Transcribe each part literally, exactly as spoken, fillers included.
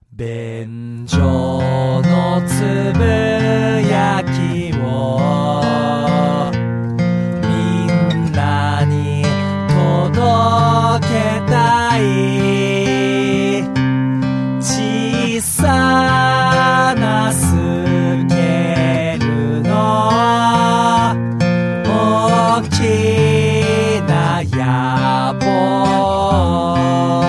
便所のつぶやきをみんなに届けたい小さなスケールの大きな野望。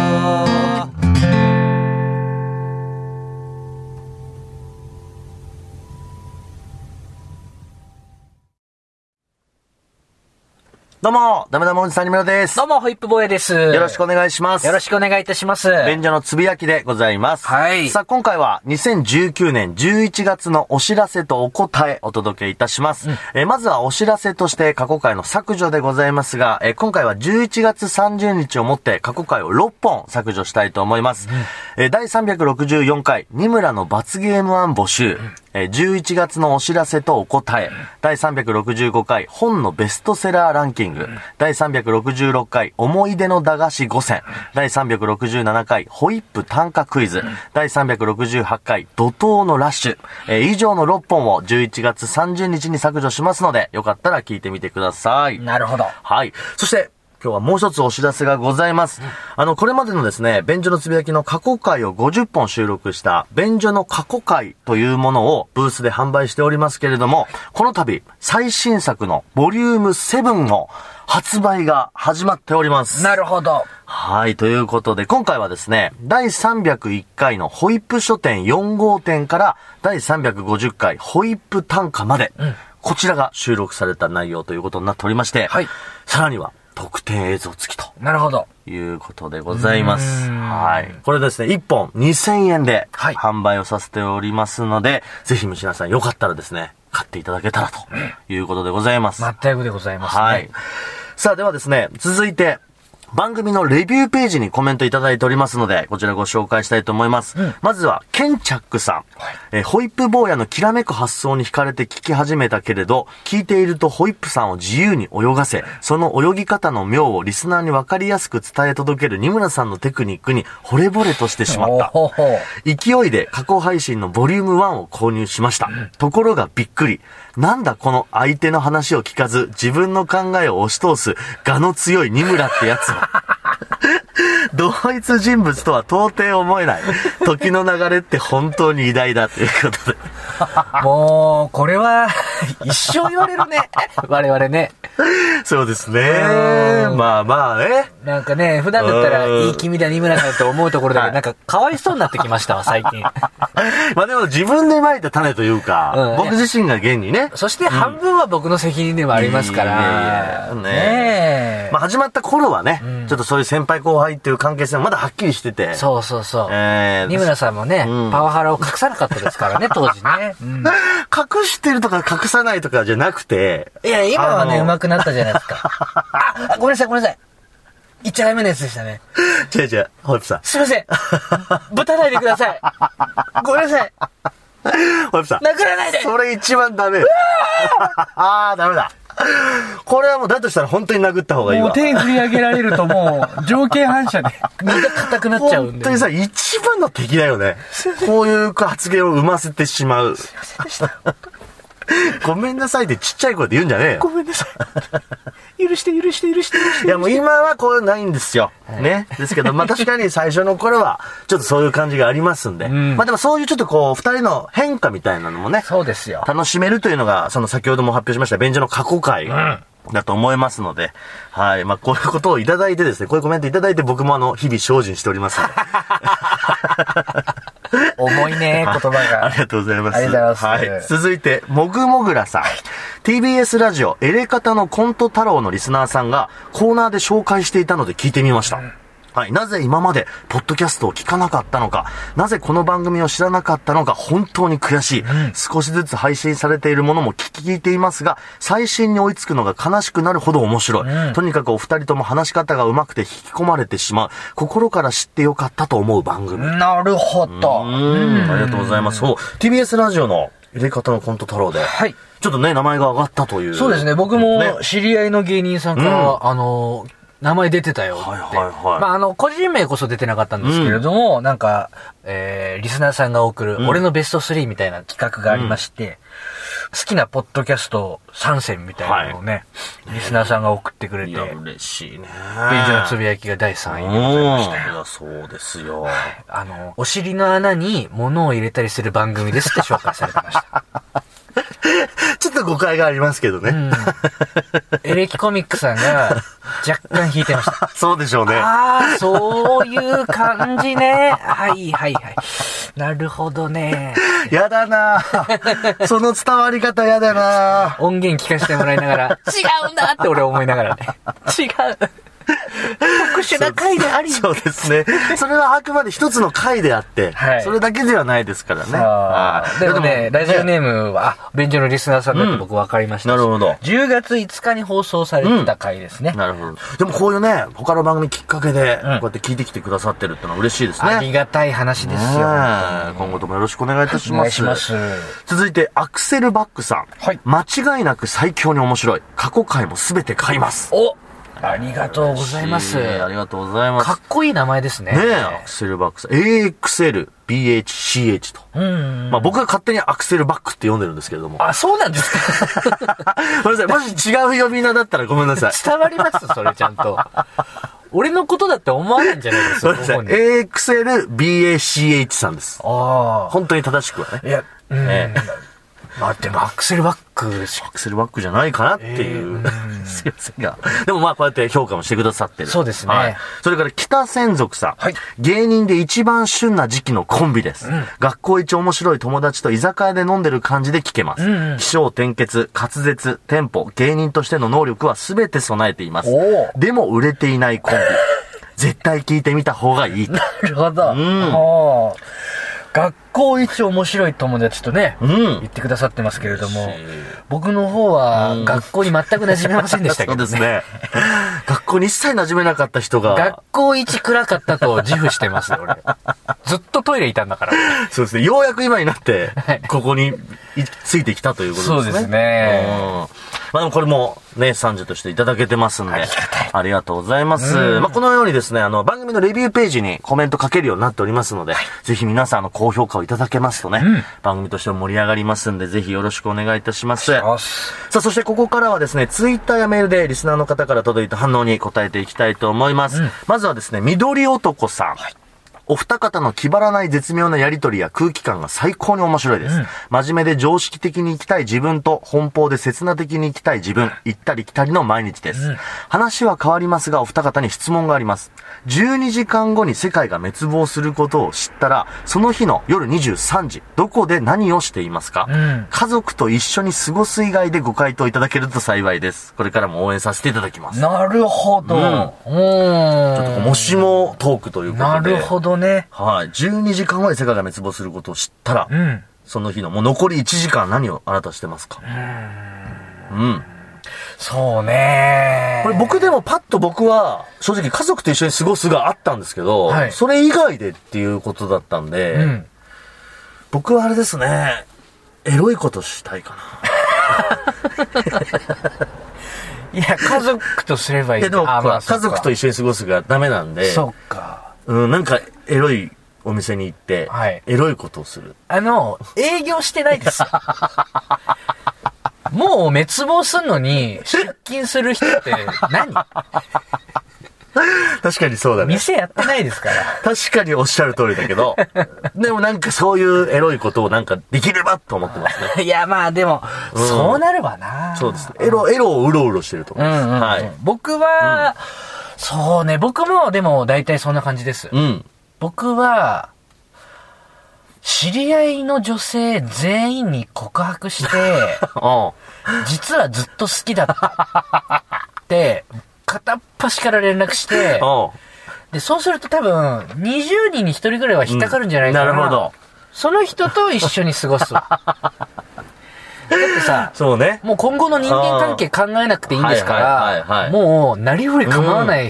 どうも、ダメダメおじさんにむらです。 どうも、ホイップボーイです。 よろしくお願いします。 よろしくお願いいたします。 便所のつぶやきでございます。 はい。 さあ、今回はにせんじゅうきゅうねんじゅういちがつのお知らせとお答えお届けいたします。うん、えー、まずはお知らせとして過去回の削除でございますが、えー、今回はじゅういちがつさんじゅうにちをもって過去回をろっぽん削除したいと思います。うん、えー、だいさんびゃくろくじゅうよんかい、にむらの罰ゲーム案募集。うんえー、じゅういちがつのお知らせとお答え、だいさんびゃくろくじゅうごかい本のベストセラーランキング、だいさんびゃくろくじゅうろっかい思い出の駄菓子ごせん、だいさんびゃくろくじゅうななかいホイップ短歌クイズ、だいさんびゃくろくじゅうはちかい怒涛のラッシュ、えー、以上のろっぽんをじゅういちがつさんじゅうにちに削除しますので、よかったら聞いてみてください。 なるほど。 はい。そして、今日はもう一つお知らせがございます。あの、これまでのですね、便所のつぶやきの過去回をごじゅっぽん収録した便所の過去回というものをブースで販売しておりますけれども、この度最新作のボリュームななの発売が始まっております。 なるほど。 はい、ということで今回はですね、だいさんびゃくいっかいのホイップ書店よんごうてんからだいさんびゃくごじゅっかいホイップ短歌まで、うん、こちらが収録された内容ということになっておりまして、はい、さらには特典映像付きと。 なるほど。 いうことでございます。はい。これですね、いっぽんにせんえんで販売をさせておりますので、はい、ぜひ皆さんよかったらですね、買っていただけたらということでございます。 全くでございますね。 はい。さあ、ではですね、続いて、番組のレビューページにコメントいただいておりますので、こちらご紹介したいと思います。うん、まずは、ケンチャックさん。はい、えー、ホイップ坊やのきらめく発想に惹かれて聞き始めたけれど、聞いているとホイップさんを自由に泳がせ、その泳ぎ方の妙をリスナーに分かりやすく伝え届ける二村さんのテクニックに惚れ惚れとしてしまった。ほほ勢いで過去配信のボリュームワンを購入しました。うん、ところがびっくり。なんだこの相手の話を聞かず、自分の考えを押し通す、我の強い二村ってやつは。同一人物とは到底思えない。時の流れって本当に偉大だということで。 もう、これは、一生言われるね。我々ね。 そうですね。まあまあね。 なんかね、普段だったら、いい君だ、二村さんと思うところだけど、なんか、かわいそうになってきましたわ、最近。 まあでも自分で蒔いた種というか、うん、僕自身が現にね。 そして半分は僕の責任でもありますから。いやいやねえ。まあ始まった頃はね、うん、ちょっとそういう先輩後輩っていう関係性もまだはっきりしてて。 そうそうそう。えー、二村さんもね、うん、パワハラを隠さなかったですからね、当時ね。うん、 隠してるとか隠さないとかじゃなくて。 いや、今はね、上手くなったじゃないですか。あ、ごめんなさい、ごめんなさい。言っちゃダメなやつでしたね。 違う違う、ホイップさん。 すいません。ぶたないでください。ごめんなさい。 ホイップさん。 殴らないで。 それ一番ダメ。ああ、ダメだ。これはもうだとしたら本当に殴った方がいいわ。 もう手振り上げられるともう条件反射で身が硬くなっちゃうんで。 本当にさ、一番の敵だよね。こういう発言を生ませてしまう。 すいませんでした。 ごめんなさいってちっちゃい声で言うんじゃねえよ。 ごめんなさい。許して許して許して許して。 いやもう今はこういうのないんですよ。ね。ですけど、まあ確かに最初の頃は、ちょっとそういう感じがありますんで。うん、まあでもそういうちょっとこう、二人の変化みたいなのもね。 そうですよ。 楽しめるというのが、その先ほども発表しました、便所の過去回。うんだと思いますので、はい。まあ、こういうことをいただいてですね、こういうコメントいただいて僕もあの、日々精進しておりますので。 重いね、言葉が。 ありがとうございます。 ありがとうございます。 はい。続いて、もぐもぐらさん。ティービーエス ラジオ、エレカタのコント太郎のリスナーさんがコーナーで紹介していたので聞いてみました。うんはい。なぜ今まで、ポッドキャストを聞かなかったのか、なぜこの番組を知らなかったのか、本当に悔しい。うん、少しずつ配信されているものも聞いていますが、最新に追いつくのが悲しくなるほど面白い。うん、とにかくお二人とも話し方が上手くて引き込まれてしまう。心から知ってよかったと思う番組。 なるほど。 うん。ありがとうございます。そう。ティービーエス ラジオの入れ方のコント太郎で。はい。ちょっとね、名前が上がったという。 そうですね。僕も知り合いの芸人さんから、うん、あの、 名前出てたよって。 はいはいはい。 まあ、あの、個人名こそ出てなかったんですけれども、うん、なんか、えー、リスナーさんが送る、俺のベストスリーみたいな企画がありまして、うん、好きなポッドキャストさん選みたいなのをね、はい、リスナーさんが送ってくれて、いや、 嬉しいね。 便所のつぶやきがだいさんいでございましたよ。 いや、そうですよ。 はい、あの、お尻の穴に物を入れたりする番組ですって紹介されてました。 ちょっと誤解がありますけどね。うん、 エレキコミックさんが若干弾いてました。 そうでしょうね。 ああ、そういう感じね。はいはいはい。なるほどね。 やだなその伝わり方やだな音源聞かせてもらいながら、違うんだって俺思いながらね。違う。特殊な回であり。 そうですね。それはあくまで一つの回であって、はい、それだけではないですからね。あでもね、ラジオネームは、あ、便所のリスナーさんだって僕分かりました、 うん。なるほど。 じゅうがついつかに放送されてた回ですね、 うん。なるほど。でもこういうね、他の番組きっかけで、こうやって聞いてきてくださってるってのは嬉しいですね。 ありがたい話ですよ。 今後ともよろしくお願いいたします。お願いします。 続いて、アクセルバックさん。はい。間違いなく最強に面白い。過去回もすべて買います。 おありがとうございます。 ありがとうございます。 かっこいい名前ですね。 ねえ、アクセルバックさん。エーエックスエル、ビーエイチシーエイチ と。うん。まあ僕が勝手にアクセルバックって呼んでるんですけれども。 あ、そうなんですかごめんなさい。もし違う呼び名だったらごめんなさい。 伝わりますそれちゃんと。俺のことだって思わないんじゃないですか。 ごめんなさい。エーエックスエル、ビーエイチシーエイチ さんです。ああ。本当に正しくはね。 いや、うん。ええまあ、でもアクセルバックアクセルバックじゃないかなっていう、えー、すいませんがでもまあこうやって評価もしてくださってる。 そうですね、はい、 それから北千族さん、はい、芸人で一番旬な時期のコンビです、うん、学校一面白い友達と居酒屋で飲んでる感じで聞けます、うんうん、起承転結滑舌テンポ芸人としての能力は全て備えています。でも売れていないコンビ絶対聞いてみた方がいい。 なるほど、うん、学校一面白い友達とね、うん、言ってくださってますけれども、僕の方は学校に全く馴染めませんでしたけどね。 そうですね。学校に一切馴染めなかった人が。 学校一暗かったと自負してますよ、俺。ずっとトイレいたんだから。 そうですね。ようやく今になって、ここについてきたということですね。 そうですね。 まあでもこれもね、賛辞としていただけてますんで。ありがたい。ありがとうございます。まあこのようにですね、あの、番組のレビューページにコメント書けるようになっておりますので、はい、ぜひ皆さんの高評価をいただけますとね、うん、番組としても盛り上がりますんで、ぜひよろしくお願いいたします。さあ、そしてここからはですね、ツイッターやメールでリスナーの方から届いた反応に答えていきたいと思います。うん、まずはですね、緑男さん。はい、お二方の気張らない絶妙なやりとりや空気感が最高に面白いです。うん、真面目で常識的に生きたい自分と奔放で刹那的に生きたい自分、行ったり来たりの毎日です。うん、話は変わりますが、お二方に質問があります。じゅうにじかんごに世界が滅亡することを知ったら、その日の夜にじゅうさんじ、どこで何をしていますか？うん、家族と一緒に過ごす以外でご回答いただけると幸いです。これからも応援させていただきます。 なるほど。うん、 ちょっともしもトークということで。 なるほどね。 はい。じゅうにじかんごで世界が滅亡することを知ったら、うん、その日のもう残りいちじかん何をあなたしてますか？うん。うん。 そうね。 これ僕でもパッと僕は正直家族と一緒に過ごすがあったんですけど、はい、それ以外でっていうことだったんで、うん、僕はあれですね、エロいことしたいかな。 いや、家族とすればいい。 でも、まあ、家族と一緒に過ごすがダメなんで、 そっか。 うん、なんかエロいお店に行って、はい、エロいことをする。 あの、営業してないですよ。もう滅亡すんのに出勤する人って何？ 確かにそうだね。 店やってないですから。 確かにおっしゃる通りだけど、でもなんかそういうエロいことをなんかできればと思ってますね。 いやまあでも、うん、そうなるわな。 そうですね。エロ、エロをうろうろしてると思います。うんうんうん、はい。 僕は、うん、そうね、僕もでも大体そんな感じです。うん。僕は、知り合いの女性全員に告白して、実はずっと好きだったって、片っ端から連絡して、で、そうすると多分、にじゅうにんにひとりぐらいは引っかかるんじゃないかな。うん、なるほど。その人と一緒に過ごす。だってさ、 そうね。 もう今後の人間関係考えなくていいんですから、もう、なりふり構わないさ、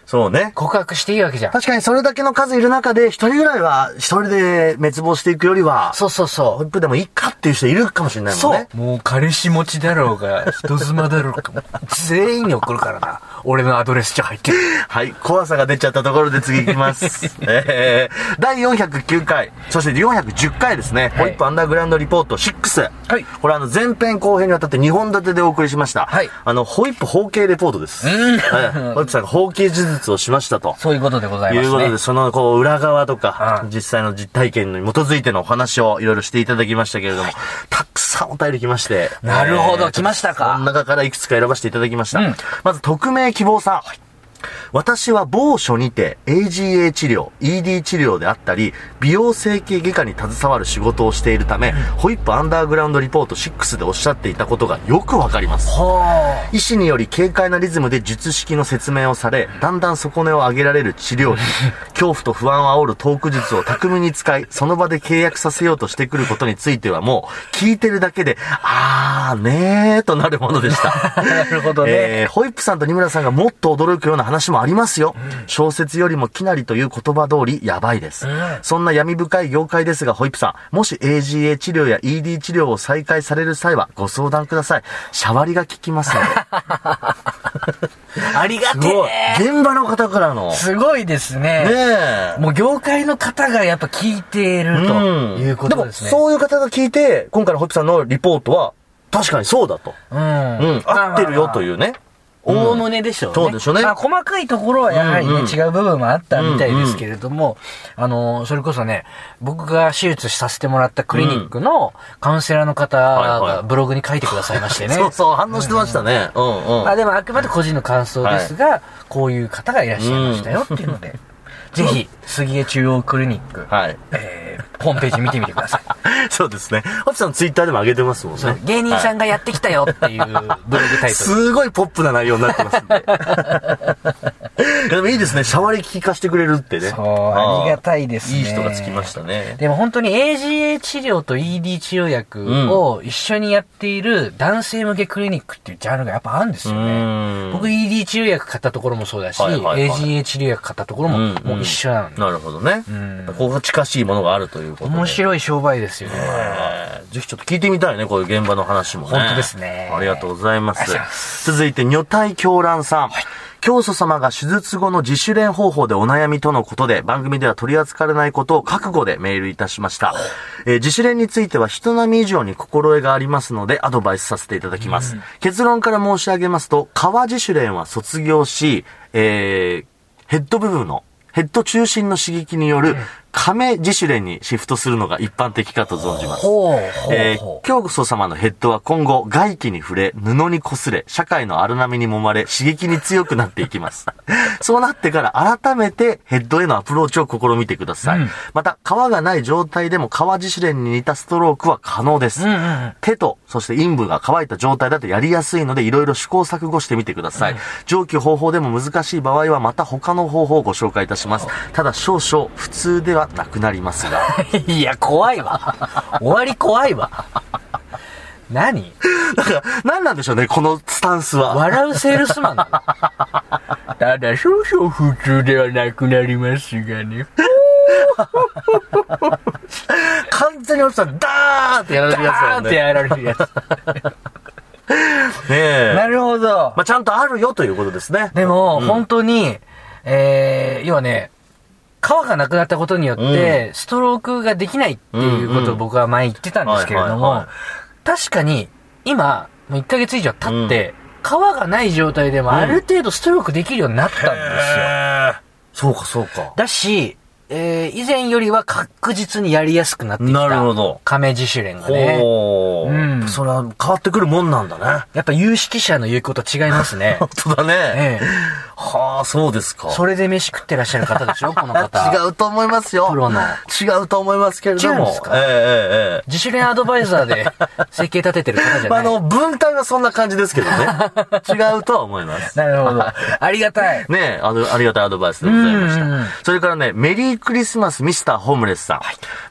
そうね。 告白していいわけじゃん。 確かにそれだけの数いる中で、一人ぐらいは、一人で滅亡していくよりは、 そうそうそう。 ホイップでもいいかっていう人いるかもしれないもんね。 そう。もう彼氏持ちだろうが、人妻だろうが、全員に送るからな。俺のアドレスじゃ入ってる。 はい。怖さが出ちゃったところで次行きます。えー、だいよんひゃくきゅうかい、そしてよんひゃくじゅっかいですね。はい、ホイップアンダーグラウンドリポートろく。はい。これあの前編後編にわたってにほん立てでお送りしました。はい。あの、ホイップ包茎レポートです。うん。はい。ホイップさんが包茎手術をしましたと。 そういうことでございますね。 いうことで、そのこう裏側とか、うん、実際の実体験に基づいてのお話をいろいろしていただきましたけれども、はい、たくさんお便り来まして。 なるほど、えー、来ましたか。 この中からいくつか選ばせていただきました。うん、まず、匿名希望さん。はい、私は某所にて エージーエー 治療、イーディー 治療であったり、美容整形外科に携わる仕事をしているため、うん、ホイップアンダーグラウンドリポートろくでおっしゃっていたことがよくわかります。医師により軽快なリズムで術式の説明をされ、だんだん底根を上げられる治療費、恐怖と不安を煽るトーク術を巧みに使い、その場で契約させようとしてくることについてはもう、聞いてるだけで、あーねーとなるものでした。 なるほどね。 えー、ホイップさんと二村さんがもっと驚くような話もありますよ。うん、小説よりもきなりという言葉通りやばいです。うん、そんな闇深い業界ですが、ホイップさん、もし エージーエー 治療や イーディー 治療を再開される際はご相談ください。シャワリが効きますので。 ありがてえ。現場の方からの。 すごいですね。ねえ。もう業界の方がやっぱ聞いているということですね。 でも、そういう方が聞いて、今回のホイップさんのリポートは、確かにそうだと。うん。うん。合ってるよというね。 大胸でしょうね。 そうでしょうね。 まあ、細かいところはやはりね、うんうん、違う部分もあったみたいですけれども、うんうん、あの、それこそね、僕が手術させてもらったクリニックのカウンセラーの方がブログに書いてくださいましてね。 はいはい、そうそう、反応してましたね。うんうん。 まあでもあくまで個人の感想ですが、はい、こういう方がいらっしゃいましたよっていうので、ぜひ、杉江中央クリニック、はい、えー、ホームページ見てみてください。 そうですね。ホッチさんツイッターでも上げてますもんね。 芸人さんがやってきたよっていうブログタイトル。 すごいポップな内容になってますんで。でもいいですね。シャワリ聞かせてくれるってね。 そう、ありがたいですね。 いい人がつきましたね。 でも本当に エージーエー 治療と イーディー 治療薬を一緒にやっている男性向けクリニックっていうジャンルがやっぱあるんですよね。僕 イーディー 治療薬買ったところもそうだし、はいはいはい、エージーエー 治療薬買ったところももう一緒なんで。 なるほどね。うん、ここ近しいものがあるということで。 面白い商売ですよね。 ぜひちょっと聞いてみたいね、こういう現場の話もね。 本当ですね。 ありがとうございます。続いて、女体狂乱さん。はい、教祖様が手術後の自主練方法でお悩みとのことで、番組では取り扱われないことを覚悟でメールいたしました。えー、自主練については人並み以上に心得がありますので、アドバイスさせていただきます。うん、結論から申し上げますと、川自主練は卒業し、えー、ヘッド部分の、ヘッド中心の刺激による、うん亀自主練にシフトするのが一般的かと存じます。ほうほうほうえー、教祖様のヘッドは今後外気に触れ、布に擦れ、社会の荒波に揉まれ、刺激に強くなっていきます。そうなってから改めてヘッドへのアプローチを試みてください。うん、また、皮がない状態でも皮自主練に似たストロークは可能です。うんうん、手と、そして陰部が乾いた状態だとやりやすいので、いろいろ試行錯誤してみてください。うん、上記方法でも難しい場合はまた他の方法をご紹介いたします。ただ少々普通ではなくなります。 いや、怖いわ。終わり怖いわ。何だから、何なんでしょうね、このスタンスは。 笑うセールスマンだ。ただ少々普通ではなくなりますがね。 完全におっさん、ダーってやられるやつだよね。ダーってやられるやつ。ねえ。 なるほど。 まあ、ちゃんとあるよということですね。 でも、うん、本当に、えー、要はね、皮がなくなったことによって、うん、ストロークができないっていうことを僕は前言ってたんですけれども、確かに今、もういっかげつ以上経って、うん、皮がない状態でもある程度ストロークできるようになったんですよ。 うん、そうかそうか。 だし、えー、以前よりは確実にやりやすくなってきた。 なるほど。 亀自主練がね。 ほー。うん。それは変わってくるもんなんだね。 やっぱ有識者の言うこと違いますね。 本当だね。ええ。はあ、そうですか。 それで飯食ってらっしゃる方でしょ、この方。 違うと思いますよ。 プロの。 違うと思いますけれども。 違うんですか？ ええええ。 自主練アドバイザーで設計立ててる方じゃない。 まあ、あの、文体はそんな感じですけどね。違うとは思います。 なるほど。ありがたい。 ねえ、あの、ありがたいアドバイスでございました。それからね、メリークリスマスミスターホームレスさん。はい、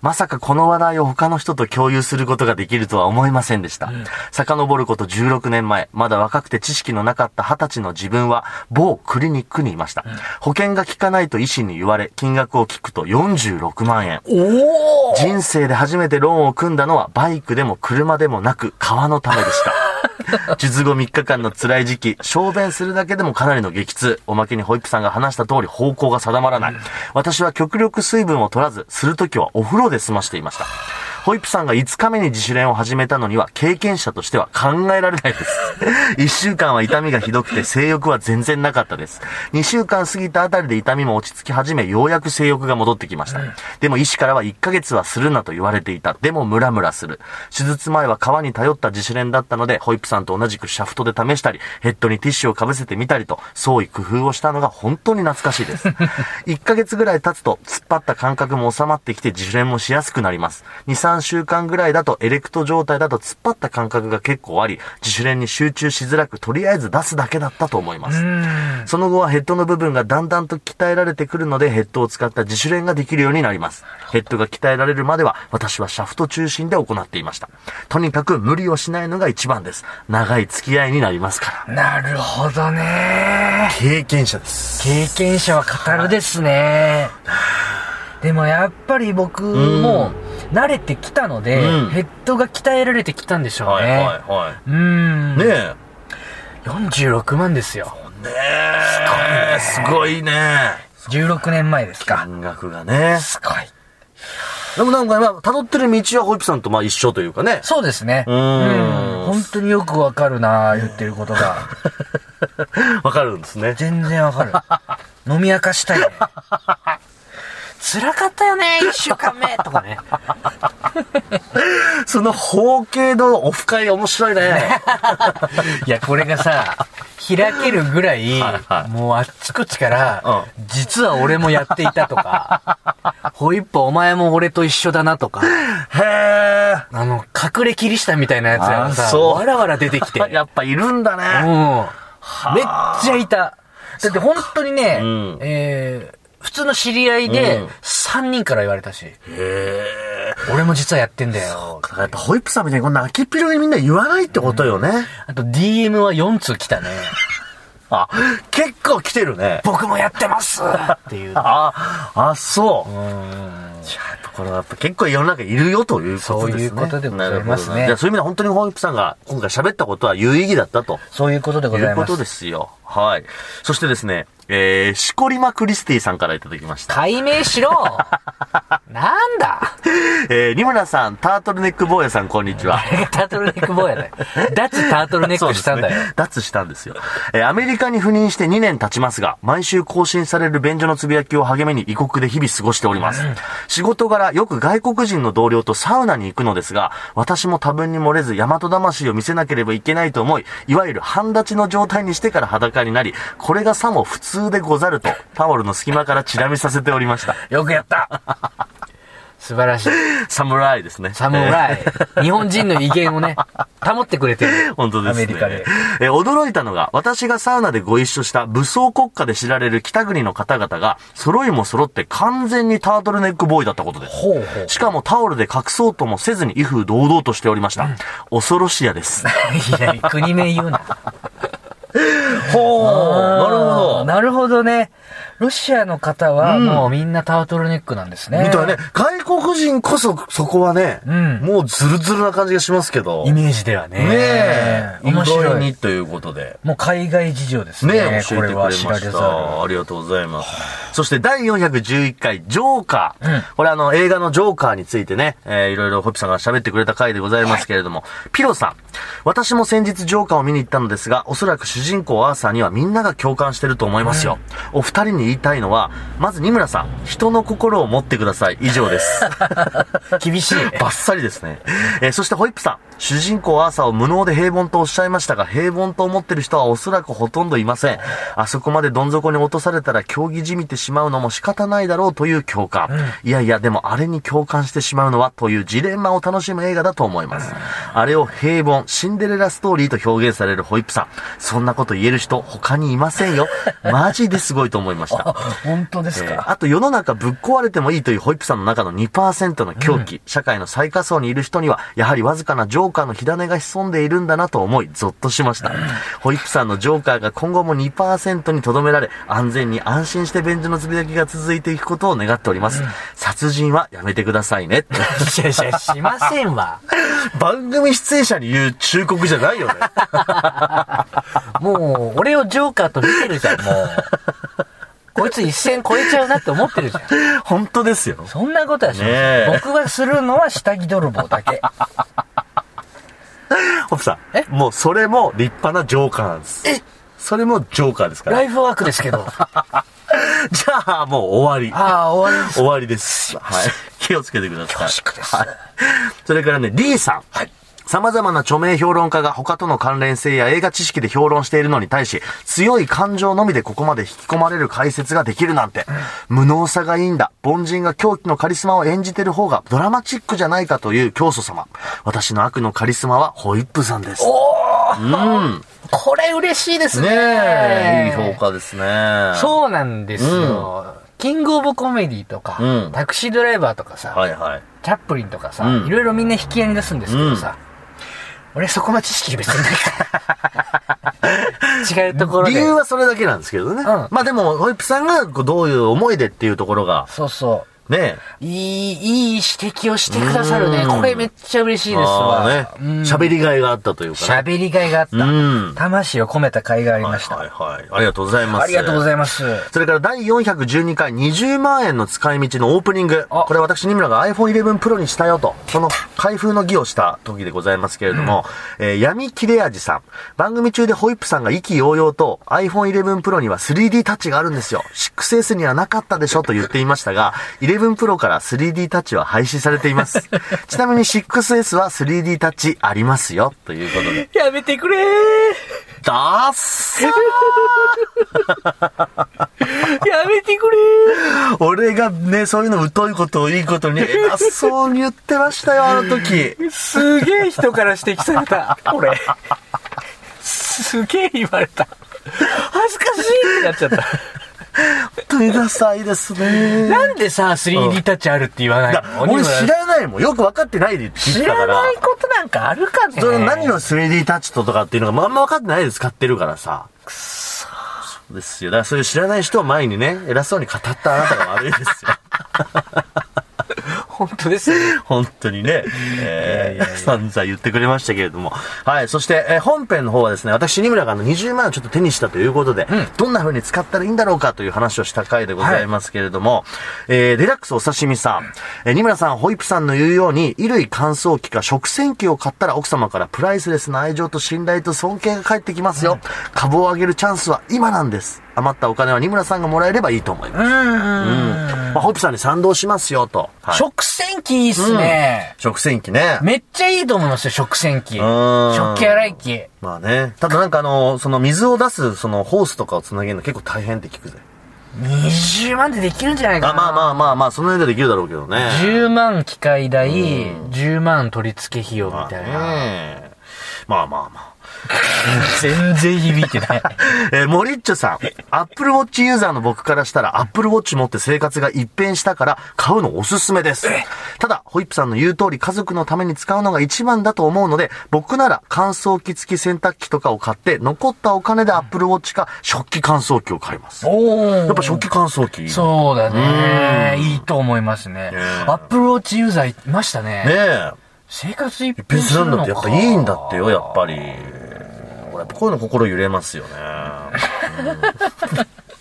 まさかこの話題を他の人と共有することができるとは思いませんでした。うん、遡ることじゅうろくねんまえ、まだ若くて知識のなかったはたちの自分は某クリニックにいました。うん、保険が効かないと医師に言われ、金額を聞くとよんじゅうろくまんえん。 お人生で初めてローンを組んだのはバイクでも車でもなく川のためでした。術後みっかかんの辛い時期、小便するだけでもかなりの激痛。おまけにホイップさんが話した通り方向が定まらない。私は極力水分を取らず、するときはお風呂で済ましていました。ホイップさんがいつかめに自主練を始めたのには経験者としては考えられないです。いっしゅうかんは痛みがひどくて性欲は全然なかったです。にしゅうかん過ぎたあたりで痛みも落ち着き始め、ようやく性欲が戻ってきました。でも医師からはいっかげつはするなと言われていた。でもムラムラする。手術前は川に頼った自主練だったので、ホイップさんと同じくシャフトで試したり、ヘッドにティッシュをかぶせてみたりと、創意工夫をしたのが本当に懐かしいです。いっかげつぐらい経つと、突っ張った感覚も収まってきて自主練もしやすくなります。に、さんしゅうかんぐらいだとエレクト状態だと突っ張った感覚が結構あり、自主練に集中しづらくとりあえず出すだけだったと思います。その後はヘッドの部分がだんだんと鍛えられてくるので、ヘッドを使った自主練ができるようになります。ヘッドが鍛えられるまでは私はシャフト中心で行っていました。とにかく無理をしないのが一番です。長い付き合いになりますから。 なるほどね。 経験者です。 経験者は語るですね。でもやっぱり僕も慣れてきたので、うん、ヘッドが鍛えられてきたんでしょうね。はいはいはい。うーん。ねえ。よんじゅうろくまんですよ。 ねえ。すごいね。 じゅうろくねんまえですか。 金額がね。 すごい。 でもなんか今、辿ってる道はホイップさんとまあ一緒というかね。 そうですね。うーん。本当によくわかるな、言ってることが。 わかるんですね。 全然わかる。飲み明かしたいね。辛かったよね、一週間目とかね。 その包茎のオフ会面白いね。 いや、これがさ、開けるぐらい、はいはい、もうあっちこっちから、うん、実は俺もやっていたとか、ホイップお前も俺と一緒だなとか、 へー。 あの、隠れキリシタンみたいなやつがさ、わらわら出てきて。 やっぱいるんだね。 うん。めっちゃいた。だって本当にね、うん、えー、普通の知り合いでさんにんから言われたし。へー。俺も実はやってんだよ。 だからやっぱホイップさんみたいにこんな秋っぴろにみんな言わないってことよね。うん、 あと ディーエム はよん通来たね。 あ、結構来てるね。 僕もやってますっていう。 あ、あ、そう。うん。じゃあやっぱこれはやっぱ結構世の中いるよということですね。 そういうことでございますね。 じゃあそういう意味では本当にホイップさんが今回喋ったことは有意義だったと。 そういうことでございます。 いうことですよ。はい。そしてですね、えー、シコリマクリスティさんからいただきました。 解明しろなんだえー、ニムラさん、タートルネック坊やさん、こんにちは。 誰がタートルネック坊やだよ。脱タートルネックしたんだよ。 ね、脱したんですよ。えー、アメリカに赴任してにねん経ちますが、毎週更新される便所のつぶやきを励めに異国で日々過ごしております。うん、仕事柄、よく外国人の同僚とサウナに行くのですが、私も多分に漏れず、大和魂を見せなければいけないと思い、いわゆる半立ちの状態にしてから裸になり、これがさも普通でござると、タオルの隙間からチラ見させておりました。 よくやった素晴らしい。 侍ですね。 侍。日本人の威厳をね、保ってくれてる。 本当ですね。 アメリカで。 え、驚いたのが、私がサウナでご一緒した武装国家で知られる北国の方々が、揃いも揃って完全にタートルネックボーイだったことです。ほうほう。しかもタオルで隠そうともせずに威風堂々としておりました。うん、恐ろしやです。 いや、国名言うな。 ほう、なるほど。 なるほどね。ロシアの方はもうみんなタートルネックなんですね。 みたいね。外国人こそそこはね、うん、もうズルズルな感じがしますけど。 イメージではね。 ねえ。面白いにということで。 もう海外事情ですね。 ねえ、教えてくれました。ありがとうございます。そしてだいよんひゃくじゅういっかい、ジョーカー。うん、これあの、映画のジョーカーについてね、えー、いろいろホッピさんが喋ってくれた回でございますけれども、はい、ピロさん。私も先日ジョーカーを見に行ったのですが、おそらく主人公アーサーにはみんなが共感してると思いますよ。うん、お二人に言いたいのは、まず、二村さん、人の心を持ってください。以上です。 厳しい。 バッサリですね。えー、そして、ホイップさん、 主人公アーサーを無能で平凡とおっしゃいましたが、平凡と思ってる人はおそらくほとんどいません。あそこまでどん底に落とされたら競技じみてしまうのも仕方ないだろうという共感。うん、いやいや、でもあれに共感してしまうのはというジレンマを楽しむ映画だと思います。うん、あれを平凡、シンデレラストーリーと表現されるホイップさん。そんなこと言える人他にいませんよ。マジですごいと思いました。 本当ですか、 えー、あと世の中ぶっ壊れてもいいというホイップさんの中の にパーセント の狂気、うん、社会の最下層にいる人にはやはりわずかなジョーカーの火種が潜んでいるんだなと思いゾッとしました。ホイップさんのジョーカーが今後も にパーセント に留められ、安全に安心して便所のつぶやきが続いていくことを願っております。うん、殺人はやめてくださいね。 いやいやしませんわ。 番組出演者に言う忠告じゃないよね。 もう俺をジョーカーと見てるじゃん。もうこいつ一線超えちゃうなって思ってるじゃん。 本当ですよ。 そんなことはしません。僕がするのは下着泥棒だけ。 ホップさん、えもうそれも立派なジョーカーなんです。えそれもジョーカーですから。 ライフワークですけど。 じゃあもう終わり。 ああ、終わりです。 終わりです。はい。気をつけてください。 恐縮です。 はい。それからね、リーさん。はい。様々な著名評論家が他との関連性や映画知識で評論しているのに対し、強い感情のみでここまで引き込まれる解説ができるなんて、無能さがいいんだ。凡人が狂気のカリスマを演じてる方がドラマチックじゃないかという教祖様。私の悪のカリスマはホイップさんです。 おー、 うん。 これ嬉しいですね。 ねえ、いい評価ですね。 そうなんですよ。うん、キングオブコメディとか、うん、タクシードライバーとかさ、はいはい、チャップリンとかさ、うん、いろいろみんな引き合いに出すんですけどさ、うん俺そこの知識別にないから違うところで理由はそれだけなんですけどね、うん、まあでもホイップさんがどういう思いでっていうところがそうそうねえ。いい、いい指摘をしてくださるね。これめっちゃ嬉しいですわ。 ね。喋りがいがあったというかね。喋りがいがあった。魂を込めた甲斐がありました。 はいはいはい。ありがとうございます。 ありがとうございます。 それからだいよんひゃくじゅうにかいにじゅうまんえんの使い道のオープニング。これ私、二村が アイフォンイレブン Pro にしたよと、その開封の儀をした時でございますけれども、うん、えー、闇切れ味さん。番組中でホイップさんが意気揚々と アイフォンイレブン Pro には スリーディー タッチがあるんですよ。シックスエス にはなかったでしょと言っていましたが、イレブン Pro から スリーディー タッチは廃止されています。ちなみに シックスエス は スリーディー タッチありますよ。ということで。 やめてくれー。 だーっさー。 やめてくれー。俺がね、そういうの疎いことをいいことに偉そうに言ってましたよ、あの時。 すげえ人から指摘された。これ。すげえ言われた。恥ずかしいってなっちゃった。 本当にダサいですね。 なんでさ スリーディー タッチあるって言わないの？ 俺知らないもん。よく分かってないで聞いたから。 知らないことなんかあるかね。 それ何の スリーディー タッチとかっていうのがあんま分かってないで使ってるからさ。 くそー。 そうですよ。だからそういう知らない人を前にね、偉そうに語ったあなたが悪いですよ。 本当ですね。 本当にね。えー、散々言ってくれましたけれども。はい。そして、えー、本編の方はですね、私、二村があのにじゅうまんをちょっと手にしたということで、うん、どんな風に使ったらいいんだろうかという話をした回でございますけれども、はい、えー、デラックスお刺身さん、えー、二村さん、ホイップさんの言うように、衣類乾燥機か食洗機を買ったら奥様からプライスレスな愛情と信頼と尊敬が返ってきますよ。うん、株を上げるチャンスは今なんです。余ったお金は二村さんがもらえればいいと思います。うん。うん。まあ、ホイップさんに賛同しますよと。 はい、食洗機いいっすね、 うん。食洗機ね。 めっちゃいいと思いますよ、食洗機。食器洗い機。 まあね。ただなんかあの、その水を出すそのホースとかをつなげるの結構大変って聞くぜ。 にじゅうまんでできるんじゃないかな。 あまあまあまあまあ、その辺でできるだろうけどね。 じゅうまん機械代、じゅうまん取り付け費用みたいな。まあね、まあまあまあ。 全然響いてない。 えー、モリッチョさん。アップルウォッチユーザーの僕からしたら、アップルウォッチ持って生活が一変したから、買うのおすすめです。ただ、ホイップさんの言う通り、家族のために使うのが一番だと思うので、僕なら乾燥機付き洗濯機とかを買って、残ったお金でアップルウォッチか食器乾燥機を買います。おー。やっぱ食器乾燥機いい。 そうだね。いいと思いますね。アップルウォッチユーザーいましたね。 ねえ。 生活一変するのか。一変するんだって、やっぱいいんだってよ、やっぱり。こういうの心揺れますよね。うん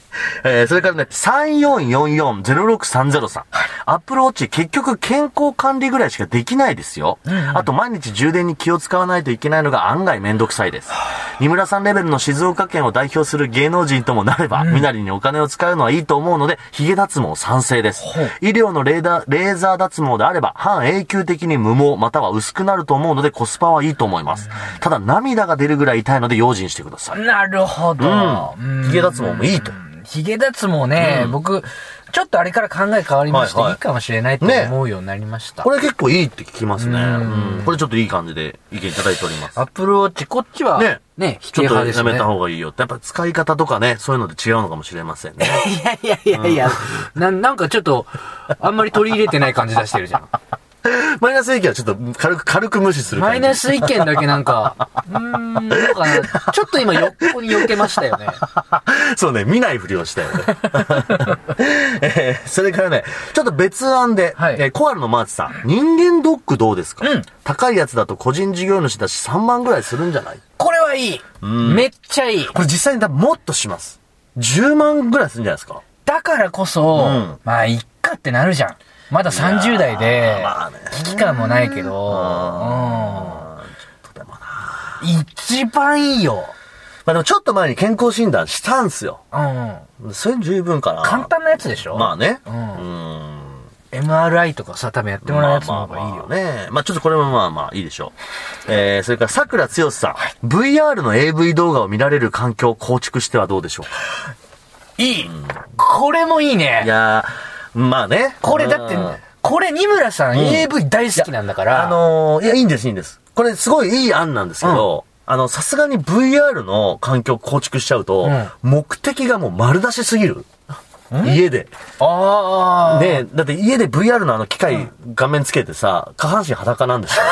えー、それからね、さんよんよんよんゼロろくさんゼロさん。アップルウォッチ結局健康管理ぐらいしかできないですよ。うんうん、あと毎日充電に気を使わないといけないのが案外めんどくさいです。二村さんレベルの静岡県を代表する芸能人ともなれば、うん、身なりにお金を使うのはいいと思うので、髭脱毛賛成です。医療のレーダー、レーザー脱毛であれば、半永久的に無毛または薄くなると思うのでコスパはいいと思います。うん、ただ涙が出るぐらい痛いので用心してください。 なるほど。 うん。髭脱毛もいいと。 髭脱毛ね、うん、僕、ちょっとあれから考え変わりまして、はいはい、いいかもしれないと思うようになりました。 ね、これ結構いいって聞きますね。うんうん、これちょっといい感じで意見いただいております。 アップルウォッチ、こっちは、ね、ね、否定派ですね。 ちょっとやめた方がいいよって。やっぱ使い方とかね、そういうので違うのかもしれませんね。 いやいやいやいや、うん、な、なんかちょっと、あんまり取り入れてない感じ出してるじゃん。 マイナス意見はちょっと軽く、軽く無視する感じ。 マイナス意見だけなんか、うーん、どうかな。ちょっと今横に避けましたよね。 そうね、見ないふりをしたよね。えー、それからね、ちょっと別案で、はい、えー、コアルのマーチさん、人間ドックどうですか？うん。高いやつだと個人事業主だしさんまんぐらいするんじゃない？ これはいい。うん。めっちゃいい。 これ実際に多分もっとします。じゅうまんぐらいするんじゃないですか？ だからこそ、うん、まあ、いっかってなるじゃん。まださんじゅう代で、まあね、危機感もないけど、うん。ちょっとでもな。一番いいよ。 まあでもちょっと前に健康診断したんすよ。うん。それ十分かな。 簡単なやつでしょ？ まあね。 うん。うん、エムアールアイ とかさ、多分やってもらうやつの方がいいよ。 まあまあまあね。まあちょっとこれもまあまあいいでしょう。えー、それから桜剛さん。ブイアール の エーブイ 動画を見られる環境を構築してはどうでしょうか？ いい、うん、これもいいね。 いやー、まあね。 これだって、これ、二村さん、うん、エーブイ 大好きなんだから。 あのー、いや、いいんです、いいんです。これ、すごいいい案なんですけど、うん、あの、さすがに ブイアール の環境を構築しちゃうと、うん、目的がもう丸出しすぎる。家で。 ああ。 ね、だって家で ブイアール のあの機械、画面つけてさ、下半身裸なんですよ。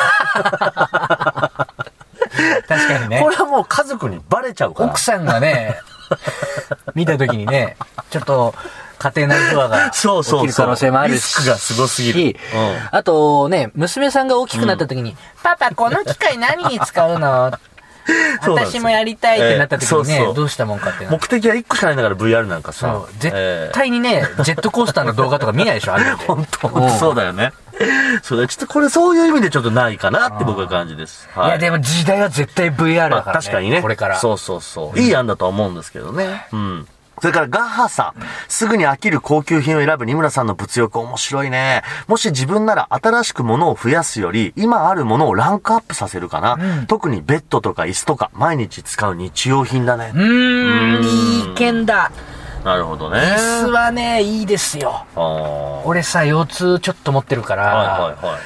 確かにね。 これはもう家族にバレちゃうから。 奥さんがね、見たときにね、ちょっと、家庭内不和が起きる可能性もあるし。 そうそうそう、リスクがすごすぎる。 うん、あとね、娘さんが大きくなったときに、うん、パパこの機械何に使うの私もやりたいってなった時にね、えー、そうそうどうしたもんかってな。 目的はいっこしかないんだから ブイアール なんかさ。そう。 絶対にね、えー、ジェットコースターの動画とか見ないでしょ、あれで。 本当本当そうだよね。そうだ、ちょっとこれそういう意味でちょっとないかなって僕は感じです。 はい。いやでも時代は絶対 ブイアール だからね。まあ、確かにね。これから。 そうそうそう。いい案だとは思うんですけどね。うん。それからガッハさん。すぐに飽きる高級品を選ぶ二村さんの物欲面白いね。もし自分なら新しく物を増やすより、今あるものをランクアップさせるかな。うん、特にベッドとか椅子とか、毎日使う日用品だね。 うーん、うーんいい意見だ。 なるほどね。 椅子はね、いいですよ。俺さ、腰痛ちょっと持ってるから、はいはいはい、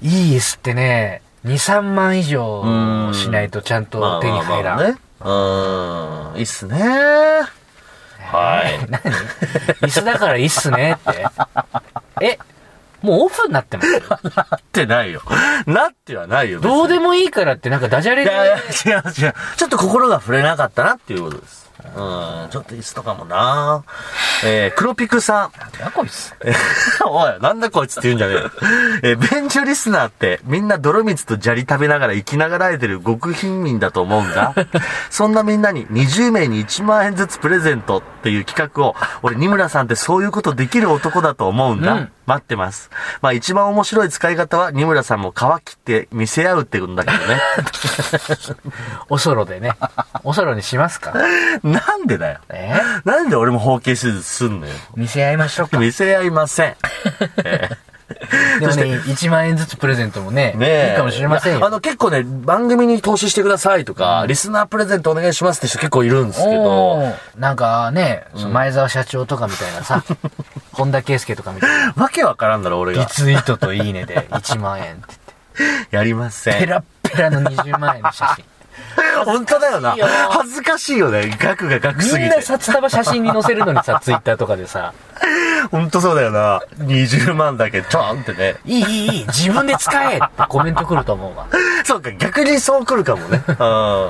いい椅子ってね、に、さんまん以上しないとちゃんと手に入らん。まあまあまあね、 うーん、いいっすね。はい。 何椅子だからいいっすねって。え、もうオフになってますよ。 なってないよ。なってはないよ。 どうでもいいからってなんかダジャレで。 いやいや、違う違う。ちょっと心が触れなかったなっていうことです。うん、ちょっと椅子とかもな。えー、黒ピクさん。 なんだこいつ。 おい、なんだこいつって言うんじゃねえよ。えー、ベンチュリスナーってみんな泥水と砂利食べながら生きながらえてる極貧民だと思うんだ。そんなみんなににじゅうめいにいちまんえんずつプレゼントっていう企画を、俺、二村さんってそういうことできる男だと思うんだ。うん、待ってます。まあ一番面白い使い方は二村さんも皮切って見せ合うって言うんだけどね。 おそろでね。おそろにしますか？ なんでだよ。えー、なんで俺も包茎手術すんのよ。 見せ合いましょうか。 見せ合いません。えーでもね、いちまんえんずつプレゼントもね、ねいいかもしれませんよ。 あの、結構ね、番組に投資してくださいとか、うん、リスナープレゼントお願いしますって人結構いるんですけど。 なんかね、うん、その前澤社長とかみたいなさ、本田圭佑とかみたいな。 わけわからんだろ、俺が。 リツイートといいねでいちまんえんって言って。やりません。 ペラッペラのにじゅうまんえんの写真。 本当だよな。恥ずかしいよね。額が額すぎて。 みんな札束写真に載せるのにさ、ツイッターとかでさ。 本当そうだよな。にじゅうまんだけちょんってね。 いいいいいい、自分で使えってコメント来ると思うわ。 そうか、逆にそう来るかもね。うん。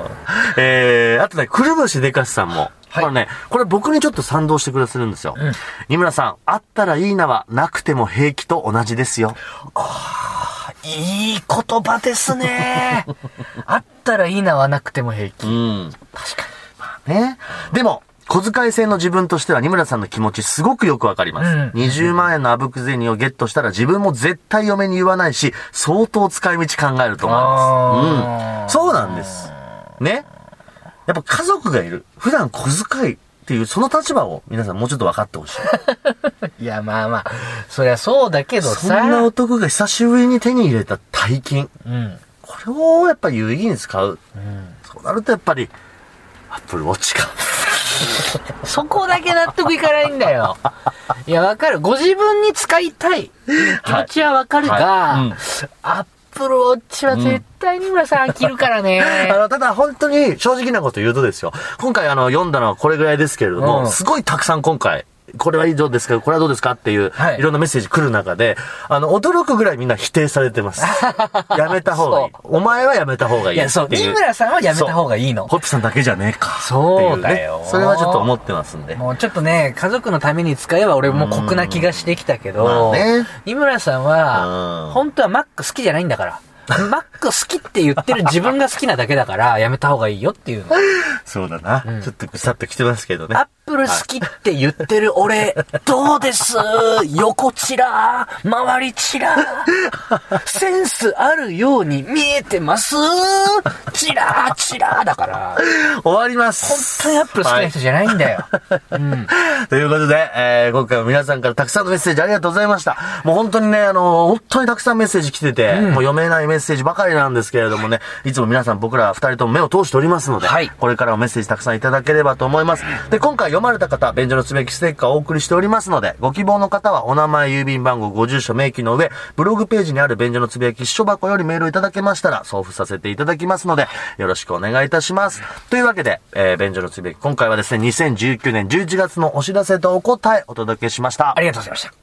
えー、あとね、くるぶしでかしさんも。はい、これね、これ僕にちょっと賛同してくださるんですよ。うん、二村さん、あったらいいなはなくても平気と同じですよ。 ああ、いい言葉ですね。あったらいいなはなくても平気。うん。確かに。 まあね。でも、 小遣い制の自分としては、二村さんの気持ちすごくよくわかります。うん、にじゅうまん円のあぶく銭をゲットしたら自分も絶対嫁に言わないし、相当使い道考えると思います。うん。そうなんです。ね。やっぱ家族がいる。普段小遣いっていう、その立場を皆さんもうちょっと分かってほしい。 いや、まあまあ、そりゃそうだけどさ。 そんな男が久しぶりに手に入れた大金。うん。これをやっぱり有意義に使う。うん。そうなるとやっぱり、アップルウォッチか。 そこだけ納得いかないんだよ。いや、わかる。ご自分に使いたい気持ちはわかるが、はいはい、うん、アップルウォッチは絶対に村さん飽きるからね。 あの、ただ本当に正直なこと言うとですよ。今回あの、読んだのはこれぐらいですけれども、うん、すごいたくさん今回、これは以上ですか、これはどうですかっていう、はい、いろんなメッセージ来る中で、あの、驚くぐらいみんな否定されてます。やめた方がいい。お前はやめた方がいい。いや、 そう、二村さんはやめた方がいいの。 ホップさんだけじゃねえか。 そうだよ、 ね。それはちょっと思ってますんで。 もうちょっとね、家族のために使えば俺も酷な気がしてきたけど、まあね、二村さんは、本当は Mac 好きじゃないんだから。マック好きって言ってる自分が好きなだけだからやめた方がいいよっていうの。 そうだな、うん、ちょっとぐさっと来てますけどね。 アップル好きって言ってる俺、どうです横チラ周りチラセンスあるように見えてますチラチラだから終わります。 本当にアップル好きな人じゃないんだよ、はいうん、 ということで、えー、今回も皆さんからたくさんのメッセージありがとうございました。もう本当にね、あの本当にたくさんメッセージ来てて、うん、もう読めないメッセージばかりなんですけれどもね、いつも皆さん僕ら二人とも目を通しておりますので、はい、これからもメッセージたくさんいただければと思います。で、今回読まれた方、便所のつぶやきステッカーをお送りしておりますので、ご希望の方はお名前、郵便番号、ご住所、明記の上、ブログページにある便所のつぶやき書箱よりメールをいただけましたら送付させていただきますので、よろしくお願いいたします。というわけで、えー、便所のつぶやき、今回はですね、にせんじゅうきゅうねんじゅういちがつのお知らせとお答えお届けしました。 ありがとうございました。